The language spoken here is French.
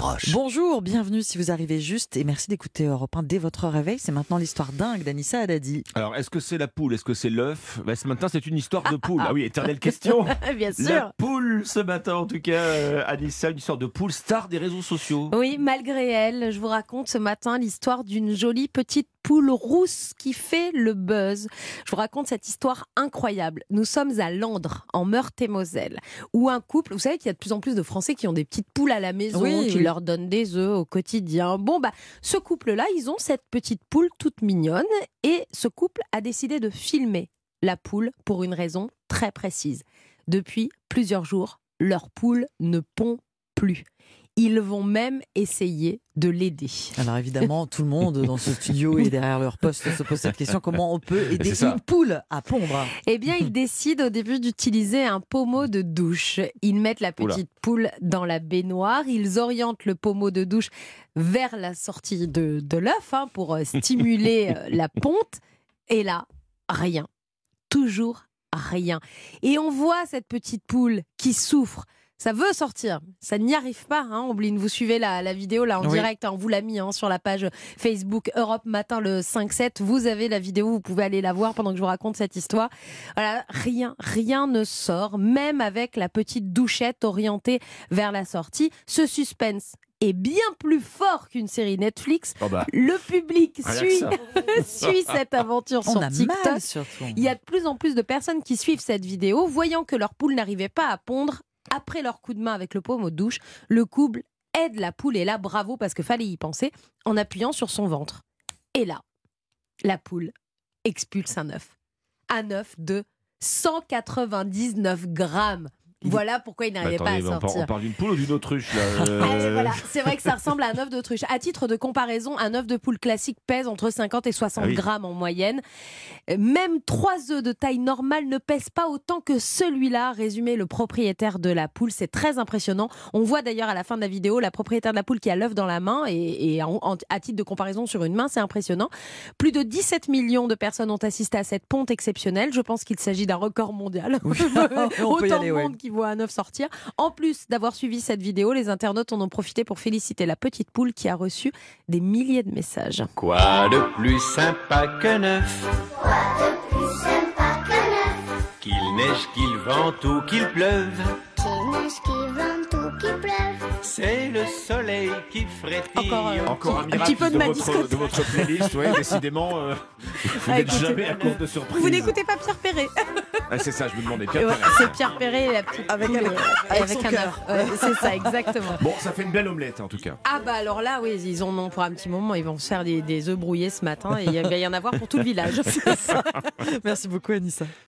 Roche. Bonjour, bienvenue si vous arrivez juste et merci d'écouter Europe 1 dès votre réveil. C'est maintenant l'histoire dingue d'Anissa Haddadi. Alors, est-ce que c'est la poule? Est-ce que c'est l'œuf? Ce matin, c'est une histoire de poule. Ah oui, éternelle question. Bien sûr. La poule, ce matin, en tout cas, Anissa, une histoire de poule star des réseaux sociaux. Oui, malgré elle, je vous raconte ce matin l'histoire d'une jolie petite poule rousse qui fait le buzz. Je vous raconte cette histoire incroyable. Nous sommes à Landres, en Meurthe-et-Moselle, où un couple, vous savez qu'il y a de plus en plus de Français qui ont des petites poules à la maison, qui leur donnent des œufs au quotidien. Ce couple-là, ils ont cette petite poule toute mignonne et ce couple a décidé de filmer la poule pour une raison très précise. Depuis plusieurs jours, leur poule ne pond plus. Ils vont même essayer de l'aider. Alors évidemment, tout le monde dans ce studio et derrière leur poste se pose cette question, comment on peut aider une poule à pondre? Eh bien, ils décident au début d'utiliser un pommeau de douche. Ils mettent la petite poule dans la baignoire, ils orientent le pommeau de douche vers la sortie de l'œuf pour stimuler la ponte. Et là, rien. Toujours rien. Et on voit cette petite poule qui souffre. Ça veut sortir, ça n'y arrive pas. Ombline, vous suivez la vidéo là en direct, on vous l'a mis sur la page Facebook Europe Matin le 5-7. Vous avez la vidéo, vous pouvez aller la voir pendant que je vous raconte cette histoire. Voilà, rien ne sort, même avec la petite douchette orientée vers la sortie. Ce suspense est bien plus fort qu'une série Netflix. Le public suit cette aventure sur TikTok. Il y a de plus en plus de personnes qui suivent cette vidéo, voyant que leur poule n'arrivait pas à pondre. Après leur coup de main avec le pommeau de douche, le couple aide la poule, et là, bravo, parce qu'il fallait y penser, en appuyant sur son ventre. Et là, la poule expulse un œuf. Un œuf de 199 grammes. Voilà pourquoi il n'arrivait pas à sortir. On parle d'une poule ou d'une autruche là Voilà, c'est vrai que ça ressemble à un œuf d'autruche. À titre de comparaison, un œuf de poule classique pèse entre 50 et 60 grammes en moyenne. Même 3 œufs de taille normale ne pèsent pas autant que celui-là, résumé le propriétaire de la poule. C'est très impressionnant. On voit d'ailleurs à la fin de la vidéo la propriétaire de la poule qui a l'œuf dans la main et à titre de comparaison sur une main, c'est impressionnant. Plus de 17 millions de personnes ont assisté à cette ponte exceptionnelle. Je pense qu'il s'agit d'un record mondial. Autant de monde qui voit un œuf sortir. En plus d'avoir suivi cette vidéo, les internautes en ont profité pour féliciter la petite poule qui a reçu des milliers de messages. Quoi de plus sympa qu'un œuf? Quoi de plus sympa qu'un œuf? Qu'il neige, qu'il vente ou qu'il pleuve. Qu'il neige, qu'il vente ou qu'il pleuve. C'est le soleil qui frétille. Encore un miracle petit peu de votre playlist, décidément. Vous n'êtes jamais à court de surprises. Vous n'écoutez pas Pierre Perret? C'est ça, je me demandais. Pierre Perret. C'est Pierre Perret, la petite avec un œuf. C'est ça, exactement. Bon, ça fait une belle omelette en tout cas. Alors là, oui, ils en ont pour un petit moment. Ils vont se faire des œufs brouillés ce matin et il va y en avoir pour tout le village. Merci beaucoup Anissa.